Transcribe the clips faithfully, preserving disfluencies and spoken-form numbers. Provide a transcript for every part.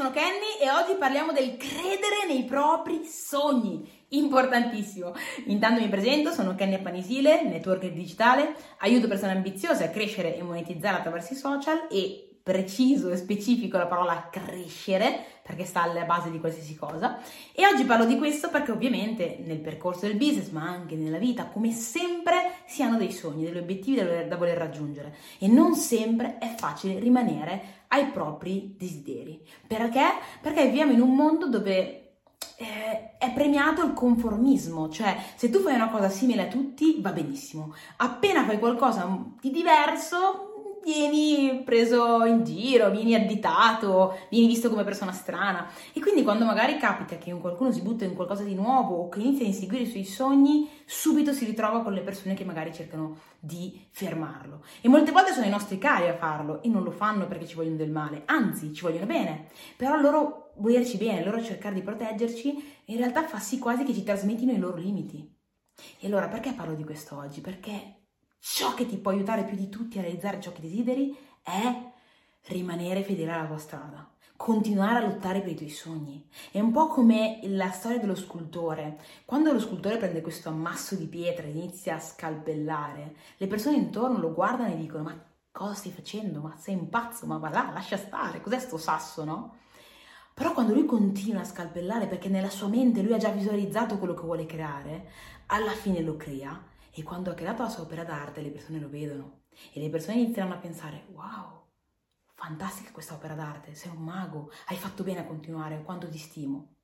sono Kenny e oggi parliamo del credere nei propri sogni, importantissimo. Intanto mi presento, sono Kenny Appanisile, networker digitale, aiuto persone ambiziose a crescere e monetizzare attraverso i social e preciso e specifico la parola crescere perché sta alla base di qualsiasi cosa. E oggi parlo di questo perché ovviamente nel percorso del business, ma anche nella vita, come sempre, si hanno dei sogni, degli obiettivi da voler, da voler raggiungere e non sempre è facile rimanere ai propri desideri. Perché? Perché viviamo in un mondo dove eh, è premiato il conformismo, cioè se tu fai una cosa simile a tutti va benissimo, appena fai qualcosa di diverso vieni preso in giro, vieni additato, vieni visto come persona strana. E quindi quando magari capita che qualcuno si butta in qualcosa di nuovo o che inizia a inseguire i suoi sogni, subito si ritrova con le persone che magari cercano di fermarlo. E molte volte sono i nostri cari a farlo e non lo fanno perché ci vogliono del male, anzi ci vogliono bene, però loro volerci bene, loro cercare di proteggerci, in realtà fa sì quasi che ci trasmettino i loro limiti. E allora perché parlo di questo oggi? Perché ciò che ti può aiutare più di tutti a realizzare ciò che desideri è rimanere fedele alla tua strada, continuare a lottare per i tuoi sogni. È un po' come la storia dello scultore. Quando lo scultore prende questo ammasso di pietra e inizia a scalpellare, le persone intorno lo guardano e dicono: ma cosa stai facendo? Ma sei un pazzo? Ma va là, lascia stare, cos'è sto sasso, no? Però quando lui continua a scalpellare perché nella sua mente lui ha già visualizzato quello che vuole creare, alla fine lo crea. E quando ha creato la sua opera d'arte le persone lo vedono e le persone iniziano a pensare: wow, fantastica questa opera d'arte, sei un mago, hai fatto bene a continuare, quanto ti stimo.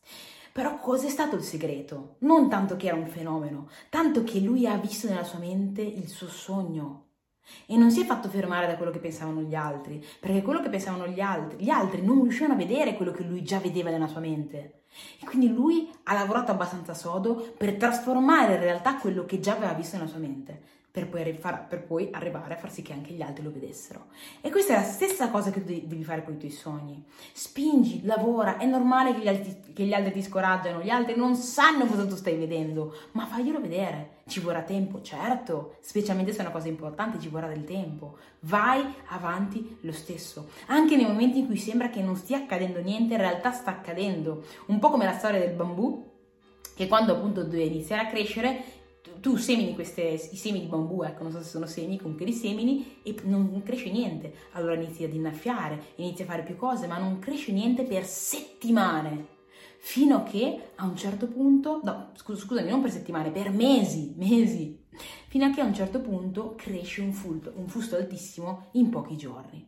Però cos'è stato il segreto? Non tanto che era un fenomeno, tanto che lui ha visto nella sua mente il suo sogno e non si è fatto fermare da quello che pensavano gli altri, perché quello che pensavano gli altri, gli altri non riuscivano a vedere quello che lui già vedeva nella sua mente. E quindi lui ha lavorato abbastanza sodo per trasformare in realtà quello che già aveva visto nella sua mente, per poi, arri- far, per poi arrivare a far sì che anche gli altri lo vedessero. E questa è la stessa cosa che tu devi fare con i tuoi sogni. Spingi, lavora, è normale che gli, altri, che gli altri ti scoraggiano, gli altri non sanno cosa tu stai vedendo, ma faglielo vedere. Ci vorrà tempo, certo, specialmente se è una cosa importante, ci vorrà del tempo. Vai avanti lo stesso. Anche nei momenti in cui sembra che non stia accadendo niente, in realtà sta accadendo. Un po' come la storia del bambù, che quando appunto deve iniziare a crescere, tu, tu semini queste, i semi di bambù, ecco, non so se sono semi, comunque li semini e non cresce niente. Allora inizi ad innaffiare, inizi a fare più cose, ma non cresce niente per settimane. Fino a che a un certo punto, no, scusami, non per settimane, per mesi, mesi, fino a che a un certo punto cresce un, fulto, un fusto altissimo in pochi giorni.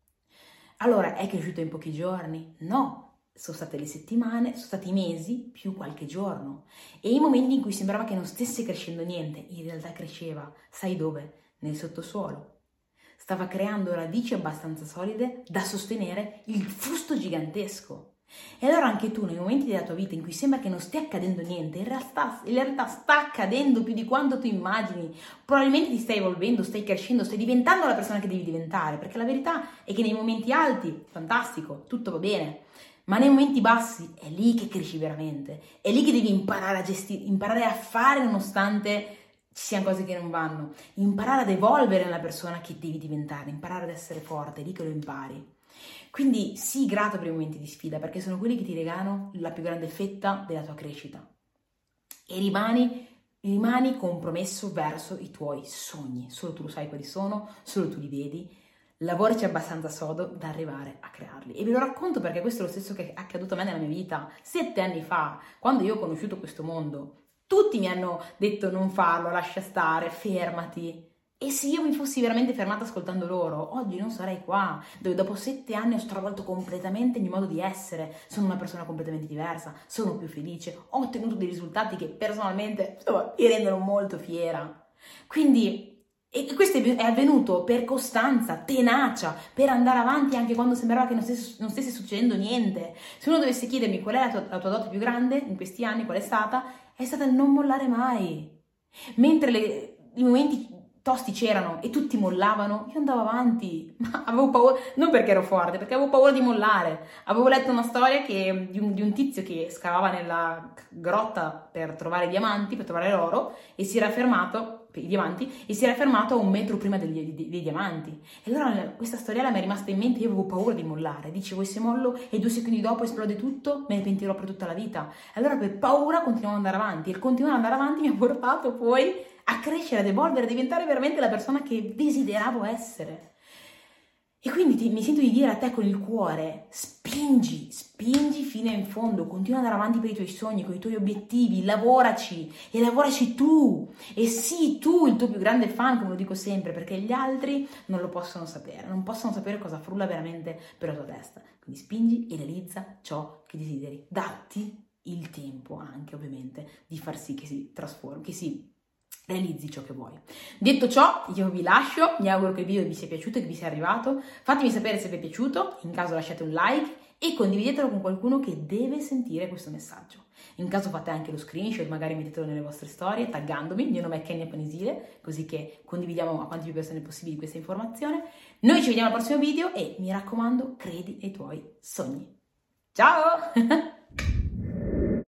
Allora, è cresciuto in pochi giorni? No, sono state le settimane, sono stati i mesi più qualche giorno. E i momenti in cui sembrava che non stesse crescendo niente, in realtà cresceva, sai dove? Nel sottosuolo. Stava creando radici abbastanza solide da sostenere il fusto gigantesco. E allora anche tu nei momenti della tua vita in cui sembra che non stia accadendo niente, in realtà, in realtà sta accadendo più di quanto tu immagini. Probabilmente ti stai evolvendo, stai crescendo, stai diventando la persona che devi diventare, perché la verità è che nei momenti alti, fantastico, tutto va bene, ma nei momenti bassi è lì che cresci veramente, è lì che devi imparare a gestire, imparare a fare nonostante ci siano cose che non vanno, imparare ad evolvere nella persona che devi diventare, imparare ad essere forte, è lì che lo impari. Quindi sii grato per i momenti di sfida, perché sono quelli che ti regalano la più grande fetta della tua crescita. E rimani, rimani compromesso verso i tuoi sogni. Solo tu lo sai quali sono, solo tu li vedi. Lavorici abbastanza sodo da arrivare a crearli. E ve lo racconto perché questo è lo stesso che è accaduto a me nella mia vita. Sette anni fa, quando io ho conosciuto questo mondo, tutti mi hanno detto: non farlo, lascia stare, fermati. E se io mi fossi veramente fermata ascoltando loro, oggi non sarei qua, dove dopo sette anni ho stravolto completamente il mio modo di essere, sono una persona completamente diversa, sono più felice, ho ottenuto dei risultati che personalmente, insomma, mi rendono molto fiera. Quindi, e questo è avvenuto per costanza, tenacia, per andare avanti anche quando sembrava che non stesse, non stesse succedendo niente. Se uno dovesse chiedermi qual è la tua, la tua dote più grande in questi anni, qual è stata, è stata il non mollare mai. Mentre le, i momenti tosti c'erano e tutti mollavano, io andavo avanti, ma avevo paura, non perché ero forte, perché avevo paura di mollare. Avevo letto una storia che, di, un, di un tizio che scavava nella grotta per trovare diamanti, per trovare l'oro, e si era fermato i diamanti, e si era fermato a un metro prima degli, dei, dei diamanti. E allora questa storiella mi è rimasta in mente, io avevo paura di mollare, dicevo e se mollo e due secondi dopo esplode tutto, me ne pentirò per tutta la vita. E allora per paura continuavo ad andare avanti, e il continuare ad andare avanti mi ha portato poi a crescere, ad evolvere, a diventare veramente la persona che desideravo essere. E quindi ti, mi sento di dire a te con il cuore, spingi, spingi fino in fondo, continua ad andare avanti per i tuoi sogni, con i tuoi obiettivi, lavoraci e lavoraci tu. E sii tu il tuo più grande fan, come lo dico sempre, perché gli altri non lo possono sapere, non possono sapere cosa frulla veramente per la tua testa. Quindi spingi e realizza ciò che desideri. Datti il tempo anche, ovviamente, di far sì che si trasformi, che si realizzi ciò che vuoi. Detto ciò, io vi lascio, mi auguro che il video vi sia piaciuto e che vi sia arrivato. Fatemi sapere se vi è piaciuto, in caso lasciate un like e condividetelo con qualcuno che deve sentire questo messaggio. In caso fate anche lo screenshot, magari mettetelo nelle vostre storie taggandomi, il mio nome è Kenya Panisile, così che condividiamo a quante più persone possibili questa informazione. Noi ci vediamo al prossimo video e mi raccomando, credi nei tuoi sogni. Ciao!